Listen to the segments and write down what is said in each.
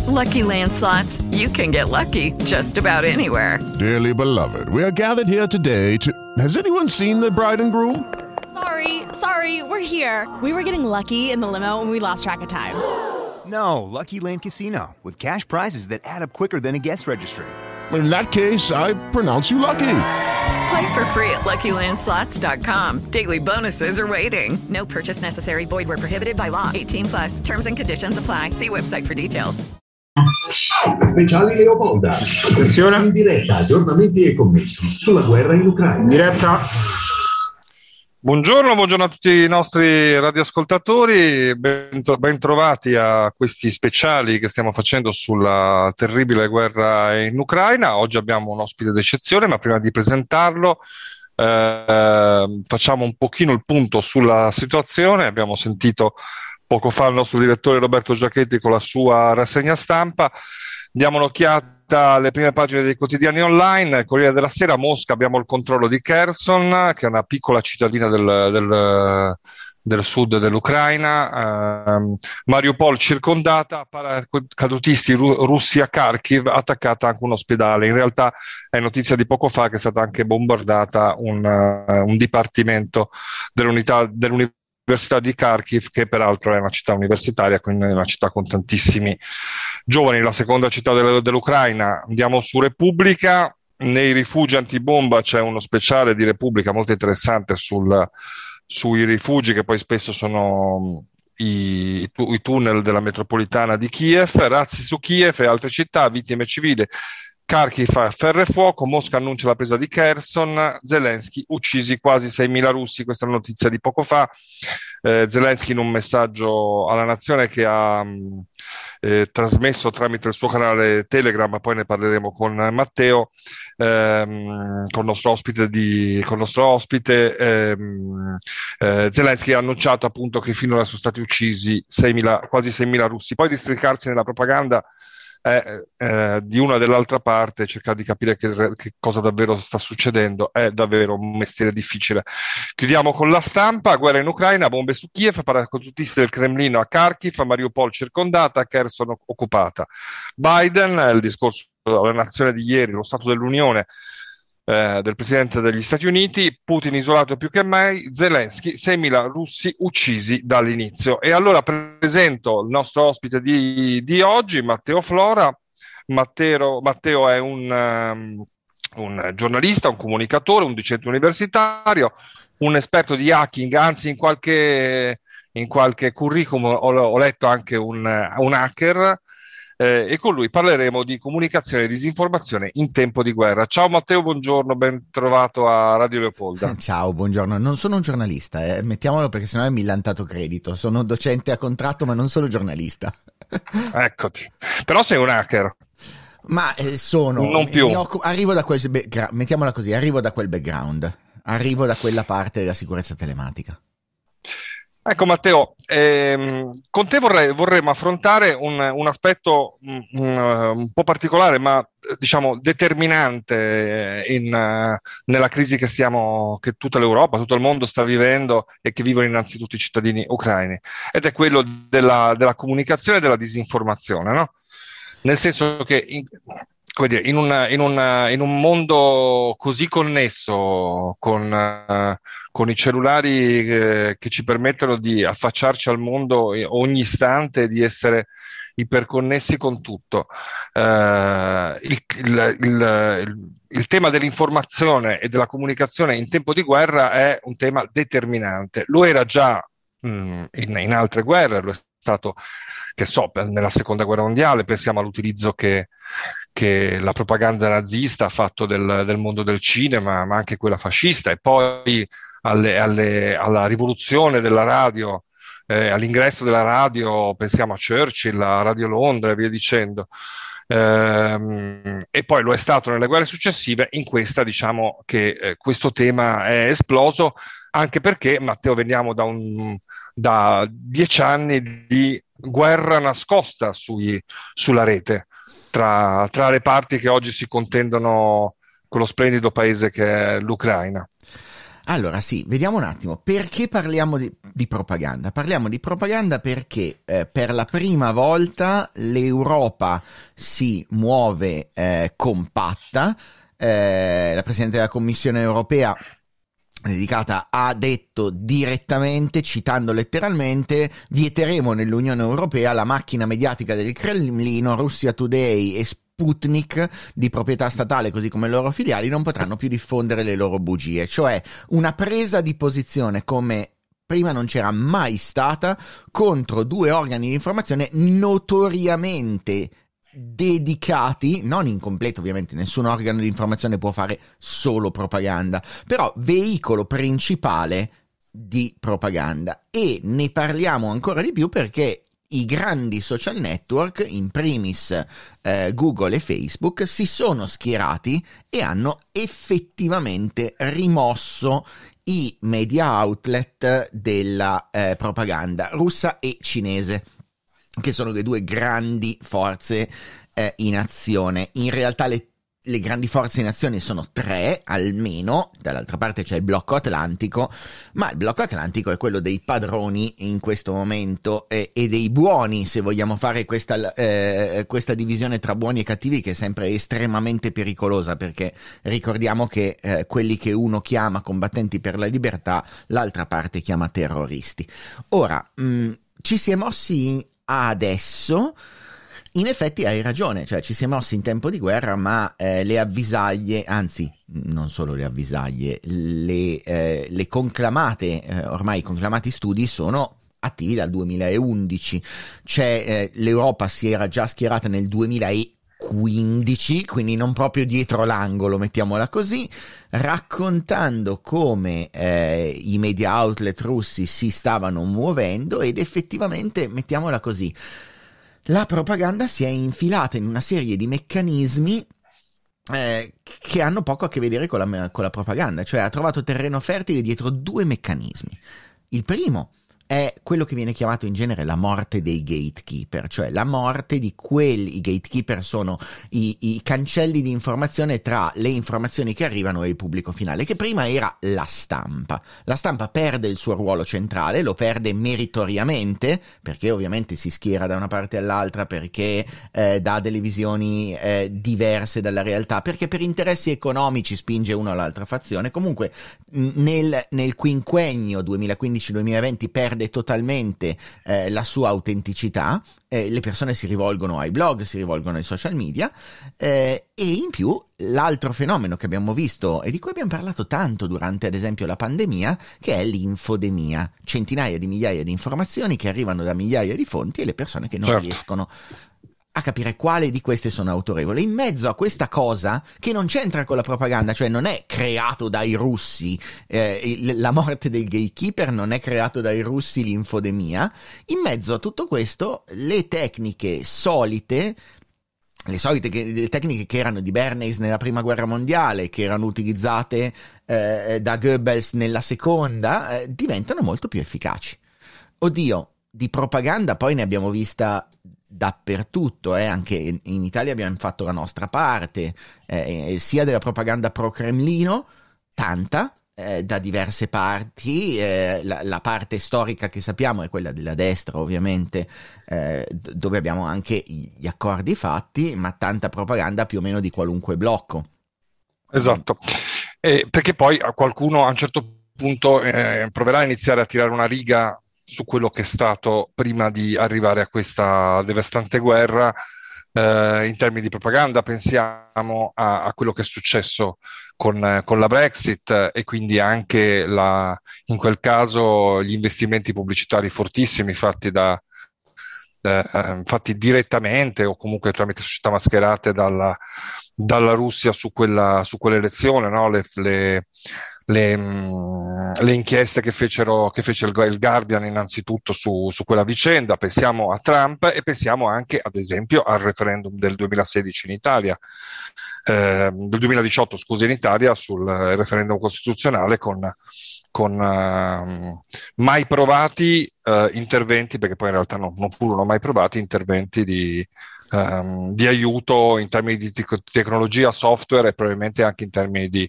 Lucky Land Slots, you can get lucky just about anywhere. Dearly beloved, we are gathered here today to... Has anyone seen the bride and groom? Sorry, we're here. We were getting lucky in the limo and we lost track of time. No, Lucky Land Casino, with cash prizes that add up quicker than a guest registry. In that case, I pronounce you lucky. Play for free at LuckyLandSlots.com. Daily bonuses are waiting. No purchase necessary. Void where prohibited by law. 18+. Terms and conditions apply. See website for details. Speciali Leopolda. Attenzione. In diretta, aggiornamenti e commenti sulla guerra in Ucraina. In diretta. Buongiorno a tutti i nostri radioascoltatori, ben trovati a questi speciali che stiamo facendo sulla terribile guerra in Ucraina. Oggi abbiamo un ospite d'eccezione, ma prima di presentarlo facciamo un pochino il punto sulla situazione. Abbiamo sentito poco fa il nostro direttore Roberto Giachetti con la sua rassegna stampa. Diamo un'occhiata alle prime pagine dei quotidiani online. Corriere della Sera: Mosca, abbiamo il controllo di Kherson, che è una piccola cittadina del sud dell'Ucraina. Mariupol circondata, paracadutisti russi a Kharkiv, attaccata anche un ospedale. In realtà è notizia di poco fa che è stata anche bombardata un dipartimento dell'Università di Kharkiv, che peraltro è una città universitaria, quindi è una città con tantissimi giovani. La seconda città dell'Ucraina. Andiamo su Repubblica. Nei rifugi antibomba c'è uno speciale di Repubblica molto interessante sui rifugi, che poi spesso sono i tunnel della metropolitana di Kiev. Razzi su Kiev e altre città, vittime civili. Kharkiv a ferro e fuoco, Mosca annuncia la presa di Kherson, Zelensky, uccisi quasi 6.000 russi, questa è una notizia di poco fa. Zelensky in un messaggio alla nazione che ha trasmesso tramite il suo canale Telegram, poi ne parleremo con Matteo, con il nostro ospite. Zelensky ha annunciato appunto che finora sono stati uccisi quasi 6.000 russi. Poi districarsi nella propaganda di una e dell'altra parte, cercare di capire che cosa davvero sta succedendo è davvero un mestiere difficile. Chiudiamo con La Stampa. Guerra in Ucraina, bombe su Kiev, paracadutisti del Cremlino a Kharkiv, Mariupol circondata, Kherson occupata. Biden, il discorso alla nazione di ieri, lo Stato dell'Unione del Presidente degli Stati Uniti. Putin isolato più che mai, Zelensky, 6.000 russi uccisi dall'inizio. E allora presento il nostro ospite di oggi, Matteo Flora. Matteo è un giornalista, un comunicatore, un docente universitario, un esperto di hacking, anzi in qualche curriculum ho letto anche un hacker. E con lui parleremo di comunicazione e disinformazione in tempo di guerra. Ciao Matteo, buongiorno, ben trovato a Radio Leopolda. Ciao, buongiorno. Non sono un giornalista, mettiamolo, perché sennò è millantato credito. Sono docente a contratto, ma non sono giornalista. Eccoti. Però sei un hacker. Ma sono... Non più. Arrivo da quel mettiamola così, arrivo da quel background. Arrivo da quella parte della sicurezza telematica. Ecco Matteo, con te vorremmo affrontare un aspetto un po' particolare, ma diciamo determinante nella crisi che tutta l'Europa, tutto il mondo sta vivendo e che vivono innanzitutto i cittadini ucraini, ed è quello della comunicazione e della disinformazione, no? Nel senso che in un mondo così connesso, con i cellulari che ci permettono di affacciarci al mondo ogni istante, di essere iperconnessi con tutto, il tema dell'informazione e della comunicazione in tempo di guerra è un tema determinante. Lo era già in altre guerre, lo è stato, che so, nella seconda guerra mondiale. Pensiamo all'utilizzo che la propaganda nazista ha fatto del mondo del cinema, ma anche quella fascista, e poi alla rivoluzione della radio, all'ingresso della radio, pensiamo a Churchill, a Radio Londra e via dicendo. E poi lo è stato nelle guerre successive. In questa diciamo che questo tema è esploso, anche perché, Matteo, veniamo da 10 anni di guerra nascosta sulla rete tra le parti che oggi si contendono quello splendido paese che è l'Ucraina. Allora sì, vediamo un attimo, perché parliamo di propaganda? Parliamo di propaganda perché per la prima volta l'Europa si muove compatta, la Presidente della Commissione europea dedicata ha detto direttamente, citando letteralmente: vieteremo nell'Unione Europea la macchina mediatica del Cremlino, Russia Today e Sputnik di proprietà statale, così come le loro filiali, non potranno più diffondere le loro bugie. Cioè una presa di posizione come prima non c'era mai stata contro due organi di informazione notoriamente dedicati, non incompleto ovviamente, nessun organo di informazione può fare solo propaganda, però veicolo principale di propaganda. E ne parliamo ancora di più perché i grandi social network, in primis Google e Facebook, si sono schierati e hanno effettivamente rimosso i media outlet della propaganda russa e cinese, che sono le due grandi forze in azione. In realtà le grandi forze in azione sono tre, almeno. Dall'altra parte c'è il blocco atlantico, ma il blocco atlantico è quello dei padroni in questo momento e dei buoni, se vogliamo fare questa divisione tra buoni e cattivi, che è sempre estremamente pericolosa, perché ricordiamo che quelli che uno chiama combattenti per la libertà, l'altra parte chiama terroristi. Ora, ci si è mossi adesso. In effetti hai ragione, cioè ci si è mossi in tempo di guerra, ma le avvisaglie, anzi non solo le avvisaglie, le conclamate, ormai i conclamati studi sono attivi dal 2011, l'Europa si era già schierata nel 2015, quindi non proprio dietro l'angolo, mettiamola così, raccontando come i media outlet russi si stavano muovendo, ed effettivamente, mettiamola così, la propaganda si è infilata in una serie di meccanismi che hanno poco a che vedere con la propaganda, cioè ha trovato terreno fertile dietro due meccanismi. Il primo è quello che viene chiamato in genere la morte dei gatekeeper, cioè la morte di quelli. I gatekeeper sono i cancelli di informazione tra le informazioni che arrivano e il pubblico finale, che prima era la stampa. La stampa perde il suo ruolo centrale, lo perde meritoriamente, perché ovviamente si schiera da una parte all'altra, perché dà delle visioni diverse dalla realtà, perché per interessi economici spinge una o l'altra fazione. Comunque nel quinquennio 2015-2020 perde totalmente la sua autenticità, le persone si rivolgono ai blog, si rivolgono ai social media, e in più l'altro fenomeno che abbiamo visto e di cui abbiamo parlato tanto durante ad esempio la pandemia, che è l'infodemia, centinaia di migliaia di informazioni che arrivano da migliaia di fonti e le persone che non riescono a capire quale di queste sono autorevoli. In mezzo a questa cosa che non c'entra con la propaganda, cioè non è creato dai russi, la morte del gatekeeper non è creato dai russi, l'infodemia, in mezzo a tutto questo le tecniche solite, le tecniche che erano di Bernays nella prima guerra mondiale, che erano utilizzate da Goebbels nella seconda, diventano molto più efficaci. Oddio, di propaganda poi ne abbiamo vista dappertutto, anche in Italia abbiamo fatto la nostra parte, sia della propaganda pro Cremlino, tanta, da diverse parti, la parte storica che sappiamo è quella della destra ovviamente, dove abbiamo anche gli accordi fatti, ma tanta propaganda più o meno di qualunque blocco. Esatto, perché poi qualcuno a un certo punto proverà a iniziare a tirare una riga su quello che è stato prima di arrivare a questa devastante guerra, in termini di propaganda. Pensiamo a quello che è successo con la Brexit, e quindi anche in quel caso gli investimenti pubblicitari fortissimi fatti direttamente o comunque tramite società mascherate dalla Russia su quell'elezione, no? Le inchieste che fece il Guardian innanzitutto su quella vicenda. Pensiamo a Trump e pensiamo anche ad esempio al referendum del 2016 in Italia, del 2018 scusa, in Italia, sul referendum costituzionale con mai provati interventi, perché poi in realtà non furono mai provati interventi di aiuto in termini di tecnologia, software e probabilmente anche in termini di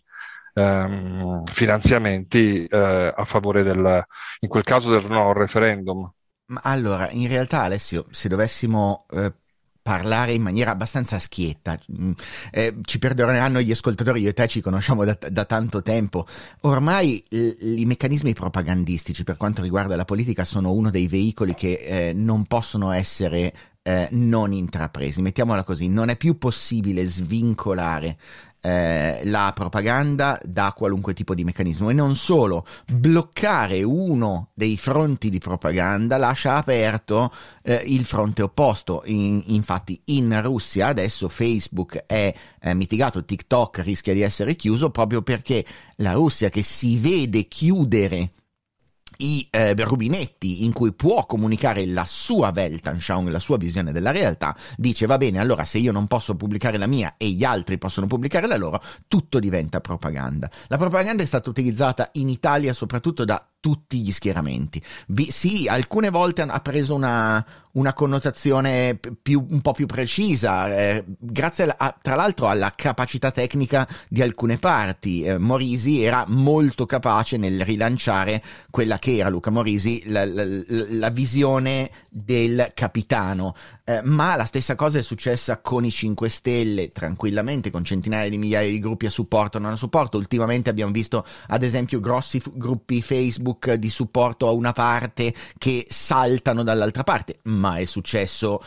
finanziamenti a favore in quel caso del no al referendum. Ma allora, in realtà, Alessio, se dovessimo parlare in maniera abbastanza schietta, ci perdoneranno gli ascoltatori, io e te ci conosciamo da tanto tempo, ormai i meccanismi propagandistici per quanto riguarda la politica sono uno dei veicoli che non possono essere non intrapresi, mettiamola così, non è più possibile svincolare la propaganda da qualunque tipo di meccanismo, e non solo, bloccare uno dei fronti di propaganda lascia aperto il fronte opposto. Infatti in Russia adesso Facebook è mitigato, TikTok rischia di essere chiuso proprio perché la Russia, che si vede chiudere i rubinetti in cui può comunicare la sua Weltanschauung, la sua visione della realtà, dice va bene, allora se io non posso pubblicare la mia e gli altri possono pubblicare la loro, tutto diventa propaganda. La propaganda è stata utilizzata in Italia soprattutto da tutti gli schieramenti. Sì, alcune volte ha preso una connotazione un po' più precisa, grazie tra l'altro alla capacità tecnica di alcune parti. Morisi era molto capace nel rilanciare quella che era, Luca Morisi, la visione del capitano, ma la stessa cosa è successa con i 5 Stelle, tranquillamente, con centinaia di migliaia di gruppi a supporto, non a supporto. Ultimamente abbiamo visto ad esempio grossi gruppi Facebook di supporto a una parte che saltano dall'altra parte, ma è successo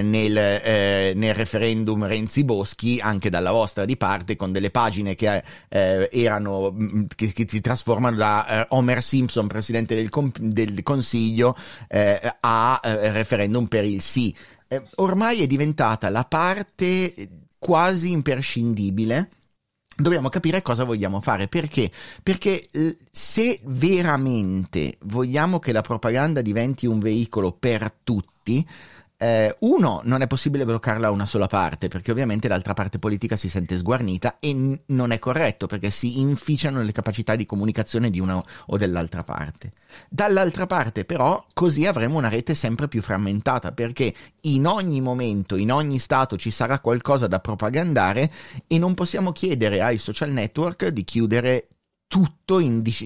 nel referendum Renzi-Boschi anche dalla vostra di parte, con delle pagine che erano che si trasformano da Homer Simpson, presidente del Consiglio, a referendum per il sì. Ormai è diventata la parte quasi imprescindibile. Dobbiamo capire cosa vogliamo fare. Perché? Perché se veramente vogliamo che la propaganda diventi un veicolo per tutti, uno, non è possibile bloccarla a una sola parte, perché ovviamente l'altra parte politica si sente sguarnita, e non è corretto perché si inficiano le capacità di comunicazione di una o dell'altra parte. Dall'altra parte però così avremo una rete sempre più frammentata, perché in ogni momento, in ogni stato ci sarà qualcosa da propagandare, e non possiamo chiedere ai social network di chiudere tutto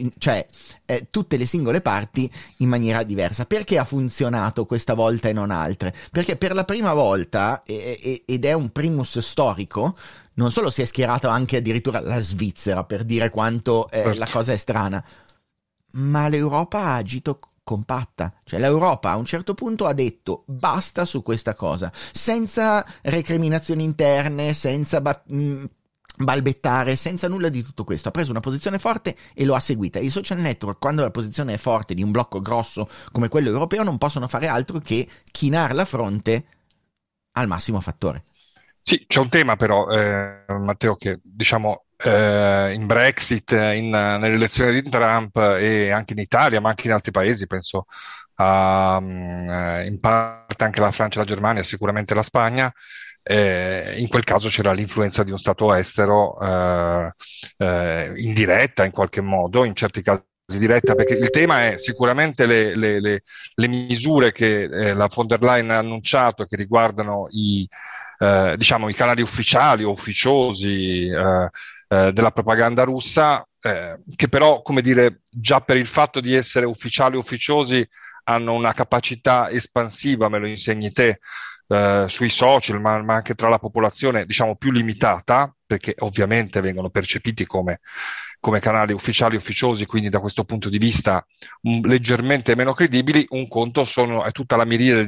tutte le singole parti in maniera diversa. Perché ha funzionato questa volta e non altre? Perché per la prima volta, ed è un primus storico, non solo si è schierato anche addirittura la Svizzera, per dire quanto la cosa è strana, ma l'Europa ha agito compatta. Cioè l'Europa a un certo punto ha detto basta su questa cosa, senza recriminazioni interne, senza balbettare, senza nulla di tutto questo. Ha preso una posizione forte e lo ha seguita. I social network, quando la posizione è forte di un blocco grosso come quello europeo, non possono fare altro che chinare la fronte al massimo fattore. Sì, c'è un tema però, Matteo, che diciamo in Brexit, nelle elezioni di Trump, e anche in Italia, ma anche in altri paesi, penso in parte anche la Francia e la Germania, sicuramente la Spagna, in quel caso c'era l'influenza di uno stato estero indiretta in qualche modo, in certi casi diretta, perché il tema è sicuramente le misure che la von der Leyen ha annunciato, che riguardano i canali ufficiali o ufficiosi della propaganda russa, che però, come dire, già per il fatto di essere ufficiali o ufficiosi hanno una capacità espansiva, me lo insegni te, sui social, ma anche tra la popolazione, diciamo, più limitata, perché ovviamente vengono percepiti come canali ufficiali ufficiosi, quindi da questo punto di vista leggermente meno credibili. Un conto è tutta la miriade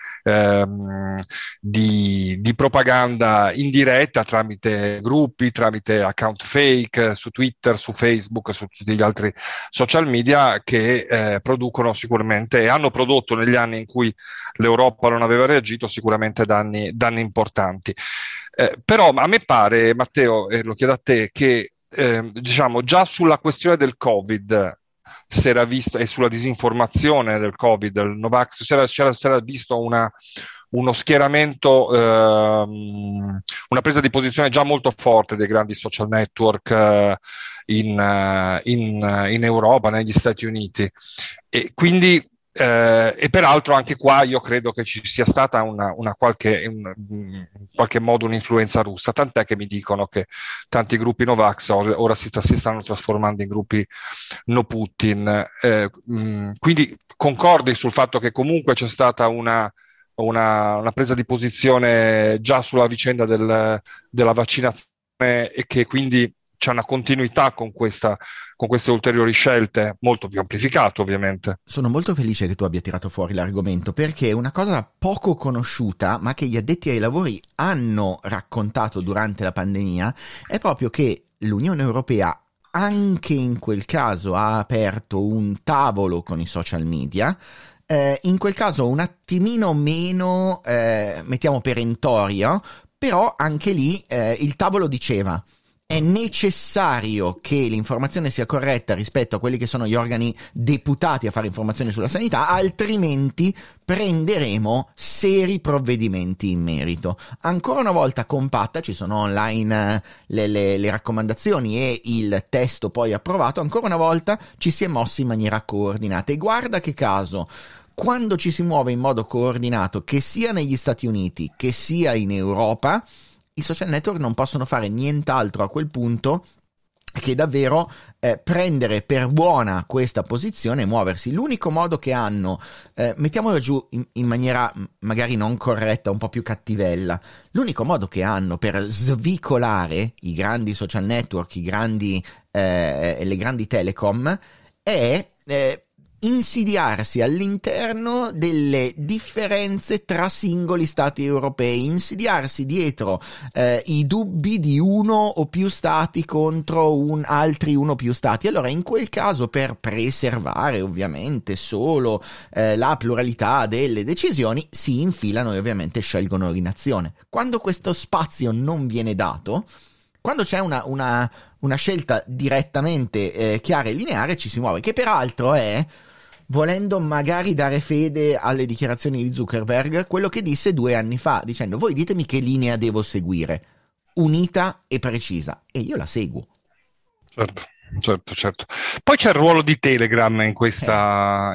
di propaganda indiretta tramite gruppi, tramite account fake su Twitter, su Facebook, su tutti gli altri social media, che producono sicuramente, e hanno prodotto negli anni in cui l'Europa non aveva reagito, sicuramente danni importanti. Però a me pare, Matteo, e lo chiedo a te, che diciamo già sulla questione del Covid si era visto, e sulla disinformazione del Covid, del Novax, si era visto uno schieramento, una presa di posizione già molto forte dei grandi social network in Europa, negli Stati Uniti, e quindi E peraltro anche qua io credo che ci sia stata in qualche modo un'influenza russa, tant'è che mi dicono che tanti gruppi Novax ora si stanno trasformando in gruppi no Putin. Quindi concordi sul fatto che comunque c'è stata una presa di posizione già sulla vicenda della vaccinazione e che quindi c'è una continuità con queste ulteriori scelte, molto più amplificato ovviamente. Sono molto felice che tu abbia tirato fuori l'argomento, perché una cosa poco conosciuta, ma che gli addetti ai lavori hanno raccontato durante la pandemia, è proprio che l'Unione Europea anche in quel caso ha aperto un tavolo con i social media, in quel caso un attimino meno, mettiamo perentorio, però anche lì il tavolo diceva: è necessario che l'informazione sia corretta rispetto a quelli che sono gli organi deputati a fare informazioni sulla sanità, altrimenti prenderemo seri provvedimenti in merito. Ancora una volta compatta, ci sono online le raccomandazioni e il testo poi approvato, ancora una volta ci si è mossi in maniera coordinata. E guarda che caso, quando ci si muove in modo coordinato, che sia negli Stati Uniti che sia in Europa, i social network non possono fare nient'altro a quel punto che davvero prendere per buona questa posizione e muoversi. L'unico modo che hanno, mettiamolo giù in maniera magari non corretta, un po' più cattivella, l'unico modo che hanno per svicolare i grandi social network, le grandi telecom, è insidiarsi all'interno delle differenze tra singoli stati europei, insidiarsi dietro i dubbi di uno o più stati contro altri uno o più stati. Allora in quel caso, per preservare ovviamente solo la pluralità delle decisioni, si infilano e ovviamente scelgono l'inazione. Quando questo spazio non viene dato, quando c'è una scelta direttamente chiara e lineare, ci si muove, che peraltro è, volendo magari dare fede alle dichiarazioni di Zuckerberg, quello che disse 2 anni fa, dicendo: voi ditemi che linea devo seguire, unita e precisa, e io la seguo. Certo. Poi c'è il ruolo di Telegram in questa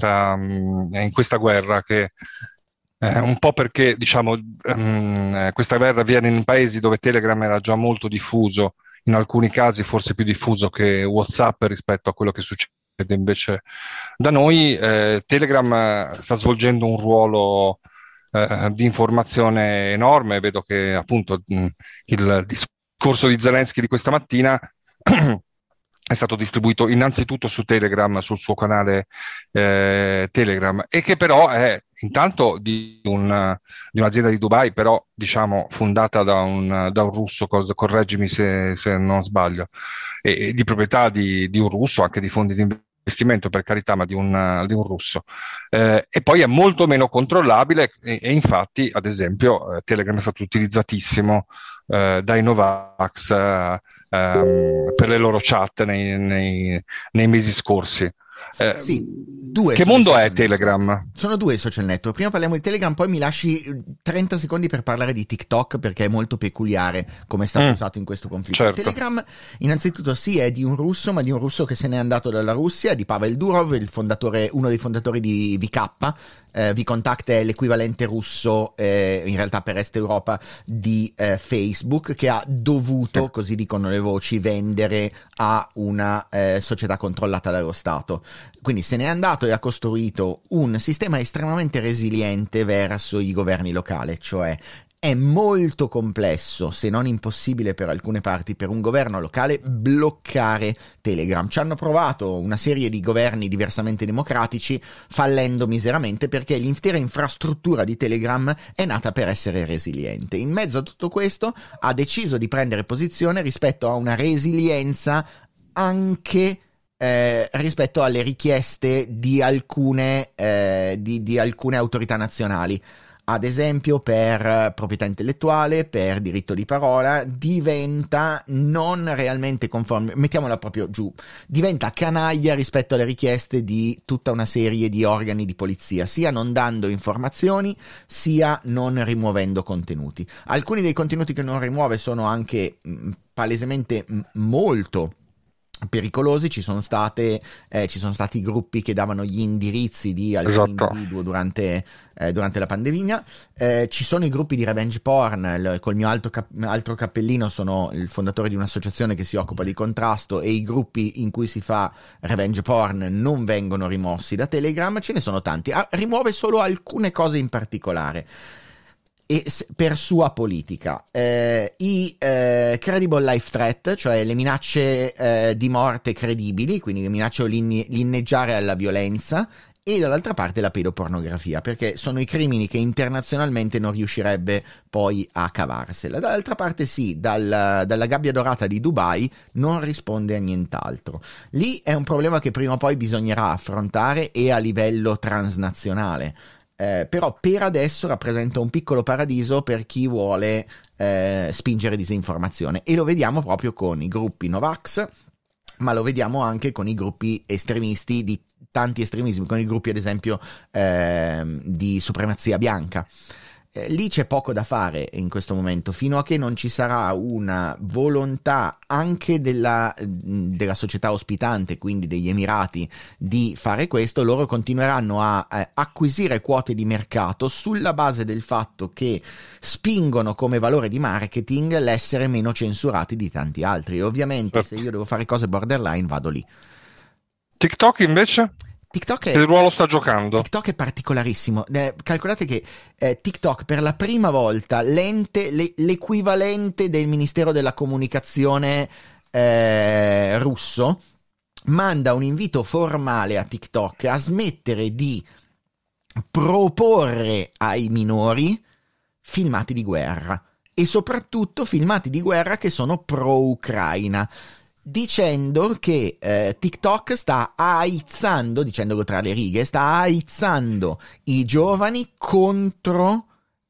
guerra, che un po' perché diciamo questa guerra avviene in paesi dove Telegram era già molto diffuso, in alcuni casi forse più diffuso che WhatsApp rispetto a quello che succede invece da noi. Telegram sta svolgendo un ruolo di informazione enorme. Vedo che appunto il discorso di Zelensky di questa mattina è stato distribuito innanzitutto su Telegram, sul suo canale Telegram, e che però è intanto di un'azienda di Dubai, però diciamo fondata da un russo, correggimi se non sbaglio, e di proprietà di un russo, anche di fondi di investimento per carità, ma di un russo, e poi è molto meno controllabile e infatti ad esempio Telegram è stato utilizzatissimo dai Novax per le loro chat nei mesi scorsi. Che mondo è Telegram? Sono 2 social network. Prima parliamo di Telegram, poi mi lasci 30 secondi per parlare di TikTok, perché è molto peculiare come è stato usato in questo conflitto. Certo. Telegram innanzitutto sì, è di un russo, ma di un russo che se n'è andato dalla Russia, di Pavel Durov, uno dei fondatori di VK. VKontakte è l'equivalente russo, in realtà per Est Europa, di Facebook, che ha dovuto, così dicono le voci, vendere a una società controllata dallo Stato. Quindi se n'è andato e ha costruito un sistema estremamente resiliente verso i governi locali, cioè è molto complesso, se non impossibile per alcune parti, per un governo locale bloccare Telegram. Ci hanno provato una serie di governi diversamente democratici, fallendo miseramente, perché l'intera infrastruttura di Telegram è nata per essere resiliente. In mezzo a tutto questo ha deciso di prendere posizione rispetto a una resilienza anche rispetto alle richieste di alcune autorità nazionali. Ad esempio, per proprietà intellettuale, per diritto di parola, diventa non realmente conforme, mettiamola proprio giù, diventa canaglia rispetto alle richieste di tutta una serie di organi di polizia, sia non dando informazioni, sia non rimuovendo contenuti. Alcuni dei contenuti che non rimuove sono anche palesemente molto pericolosi. Ci sono stati gruppi che davano gli indirizzi di alcuni individui durante la pandemia. Ci sono i gruppi di revenge porn. Col mio altro cappellino sono il fondatore di un'associazione che si occupa di contrasto, e i gruppi in cui si fa revenge porn non vengono rimossi da Telegram. Ce ne sono tanti. Rimuove solo alcune cose in particolare, e per sua politica, i credible life threat, cioè le minacce di morte credibili, quindi le minacce o l'inneggiare alla violenza, e dall'altra parte la pedopornografia, perché sono i crimini che internazionalmente non riuscirebbe poi a cavarsela. Dall'altra parte sì, dalla gabbia dorata di Dubai non risponde a nient'altro. Lì è un problema che prima o poi bisognerà affrontare, e a livello transnazionale. Però per adesso rappresenta un piccolo paradiso per chi vuole spingere disinformazione, e lo vediamo proprio con i gruppi Novax, ma lo vediamo anche con i gruppi estremisti di tanti estremismi, con i gruppi ad esempio di supremazia bianca. Lì c'è poco da fare in questo momento, fino a che non ci sarà una volontà anche della società ospitante, quindi degli Emirati, di fare questo. Loro continueranno a acquisire quote di mercato sulla base del fatto che spingono come valore di marketing l'essere meno censurati di tanti altri. E ovviamente se io devo fare cose borderline vado lì. TikTok invece? Che ruolo sta giocando? TikTok è particolarissimo. Calcolate che TikTok per la prima volta l'equivalente del Ministero della Comunicazione russo manda un invito formale a TikTok a smettere di proporre ai minori filmati di guerra, e soprattutto filmati di guerra che sono pro-Ucraina, dicendo che TikTok sta aizzando, dicendolo tra le righe, sta aizzando i giovani contro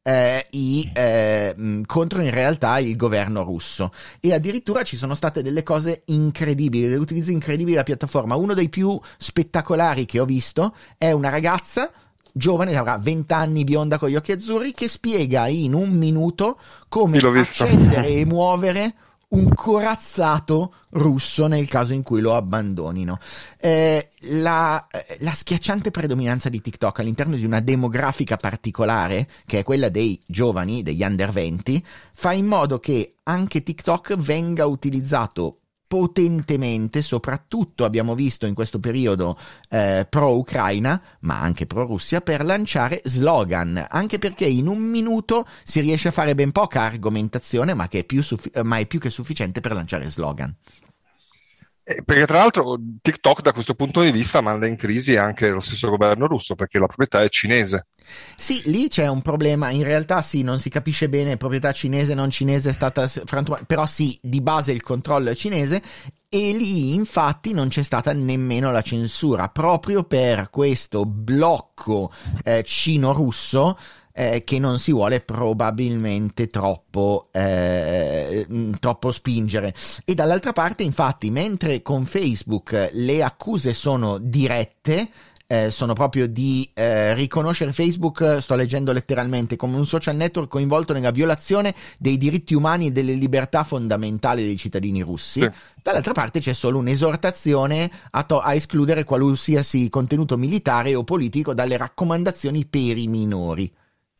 in realtà il governo russo. E addirittura ci sono state delle cose incredibili, degli utilizzi incredibili della piattaforma. Uno dei più spettacolari che ho visto è una ragazza giovane, avrà 20 anni, bionda con gli occhi azzurri, che spiega in un minuto come accendere e muovere un corazzato russo nel caso in cui lo abbandonino. La schiacciante predominanza di TikTok all'interno di una demografica particolare, che è quella dei giovani, degli under 20, fa in modo che anche TikTok venga utilizzato potentemente, soprattutto abbiamo visto in questo periodo pro-Ucraina, ma anche pro-Russia, per lanciare slogan, anche perché in un minuto si riesce a fare ben poca argomentazione, ma è più che sufficiente per lanciare slogan. Perché tra l'altro TikTok da questo punto di vista manda in crisi anche lo stesso governo russo, perché la proprietà è cinese. Sì, lì c'è un problema, in realtà sì, non si capisce bene, proprietà cinese, non cinese, è stata però sì, di base il controllo è cinese, e lì infatti non c'è stata nemmeno la censura, proprio per questo blocco cino-russo che non si vuole probabilmente troppo spingere. E dall'altra parte infatti, mentre con Facebook le accuse sono dirette, sono proprio di riconoscere Facebook, sto leggendo letteralmente, come un social network coinvolto nella violazione dei diritti umani e delle libertà fondamentali dei cittadini russi. Sì. Dall'altra parte c'è solo un'esortazione a escludere qualsiasi contenuto militare o politico dalle raccomandazioni per i minori.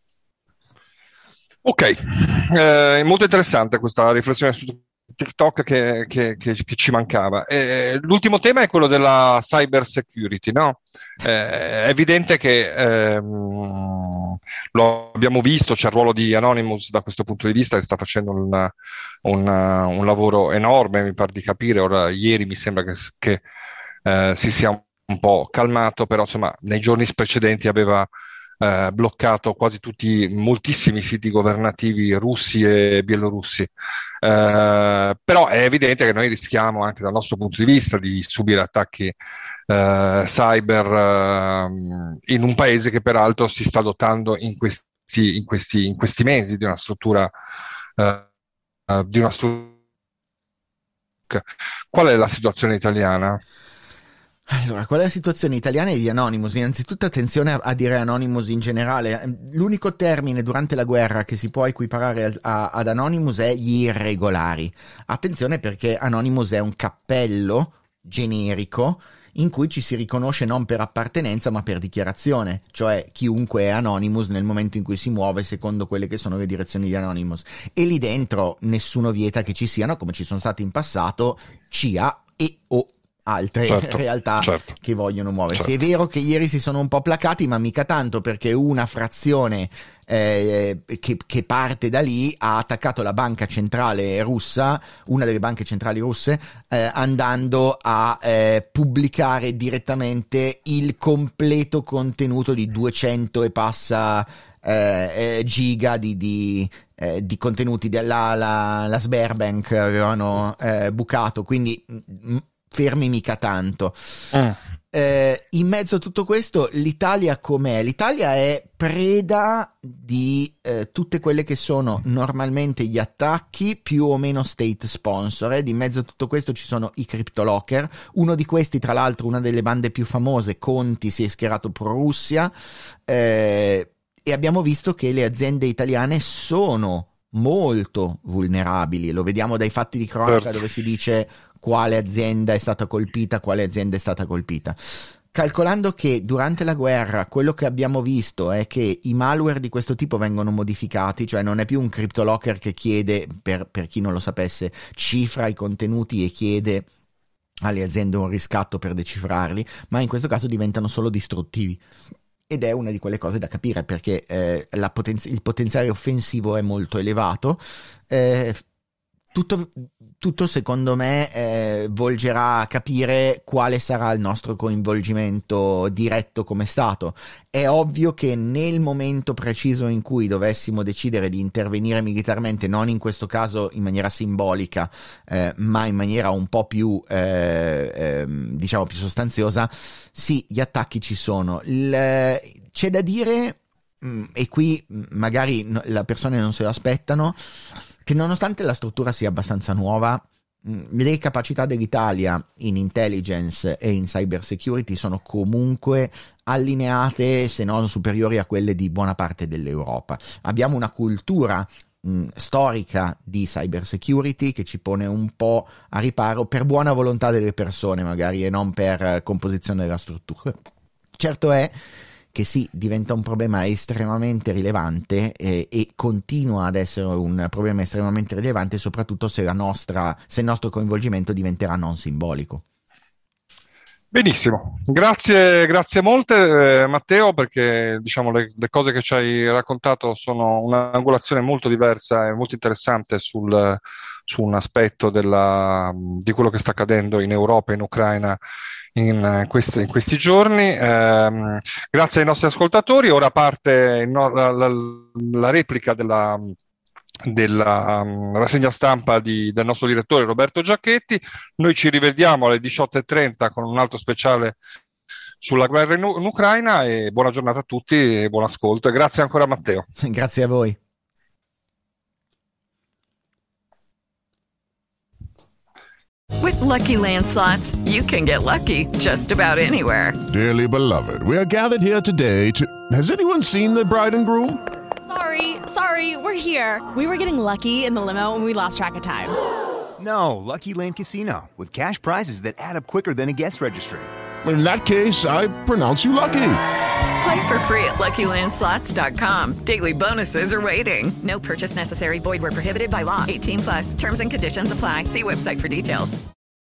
Ok, è molto interessante questa riflessione su TikTok che ci mancava. L'ultimo tema è quello della cyber security, no? È evidente che lo abbiamo visto, c'è il ruolo di Anonymous da questo punto di vista, che sta facendo un lavoro enorme, mi pare di capire. Ora, ieri mi sembra che si sia un po' calmato, però insomma nei giorni precedenti aveva bloccato moltissimi siti governativi russi e bielorussi. Però è evidente che noi rischiamo anche dal nostro punto di vista di subire attacchi cyber in un paese che peraltro si sta dotando in questi mesi di una struttura Qual è la situazione italiana? Allora, qual è la situazione italiana e di Anonymous? Innanzitutto attenzione a dire Anonymous in generale. L'unico termine durante la guerra che si può equiparare ad Anonymous è gli irregolari. Attenzione, perché Anonymous è un cappello generico in cui ci si riconosce non per appartenenza ma per dichiarazione, cioè chiunque è Anonymous nel momento in cui si muove secondo quelle che sono le direzioni di Anonymous, e lì dentro nessuno vieta che ci siano, come ci sono stati in passato, CIA e o altre realtà che vogliono muoversi. È vero che ieri si sono un po' placati, ma mica tanto, perché una frazione che parte da lì ha attaccato la banca centrale russa, una delle banche centrali russe, andando a pubblicare direttamente il completo contenuto di 200 e passa giga di contenuti la Sberbank avevano bucato, quindi fermi mica tanto. In mezzo a tutto questo l'Italia com'è? L'Italia è preda di tutte quelle che sono normalmente gli attacchi più o meno state sponsored. In mezzo a tutto questo ci sono i CryptoLocker, uno di questi tra l'altro, una delle bande più famose, Conti, si è schierato pro Russia, e abbiamo visto che le aziende italiane sono molto vulnerabili, lo vediamo dai fatti di cronaca dove si dice quale azienda è stata colpita, calcolando che durante la guerra quello che abbiamo visto è che i malware di questo tipo vengono modificati, cioè non è più un CryptoLocker che chiede, per chi non lo sapesse, cifra i contenuti e chiede alle aziende un riscatto per decifrarli, ma in questo caso diventano solo distruttivi. Ed è una di quelle cose da capire, perché il potenziale offensivo è molto elevato. Tutto secondo me volgerà a capire quale sarà il nostro coinvolgimento diretto come Stato. È ovvio che nel momento preciso in cui dovessimo decidere di intervenire militarmente, non in questo caso in maniera simbolica, ma in maniera un po' più diciamo più sostanziosa, sì, gli attacchi ci sono. C'è da dire, e qui magari le persone non se lo aspettano, che nonostante la struttura sia abbastanza nuova, le capacità dell'Italia in intelligence e in cyber security sono comunque allineate, se non superiori a quelle di buona parte dell'Europa. Abbiamo una cultura storica di cyber security che ci pone un po' a riparo per buona volontà delle persone magari, e non per composizione della struttura. Certo è che sì, diventa un problema estremamente rilevante e continua ad essere un problema estremamente rilevante, soprattutto se il nostro coinvolgimento diventerà non simbolico. Benissimo, grazie molte Matteo, perché diciamo le cose che ci hai raccontato sono un'angolazione molto diversa e molto interessante su un aspetto di quello che sta accadendo in Europa e in Ucraina in questi giorni. Grazie ai nostri ascoltatori. Ora parte la replica della rassegna stampa del nostro direttore Roberto Giacchetti. Noi ci rivediamo alle 18:30 con un altro speciale sulla guerra in Ucraina, e buona giornata a tutti e buon ascolto, e grazie ancora Matteo. Grazie a voi. With Lucky Land Slots, you can get lucky just about anywhere. Dearly beloved, we are gathered here today to... Has anyone seen the bride and groom? Sorry, we're here. We were getting lucky in the limo and we lost track of time. No, Lucky Land Casino, with cash prizes that add up quicker than a guest registry. In that case, I pronounce you lucky. Play for free at LuckyLandSlots.com. Daily bonuses are waiting. No purchase necessary. Void where prohibited by law. 18+. Terms and conditions apply. See website for details.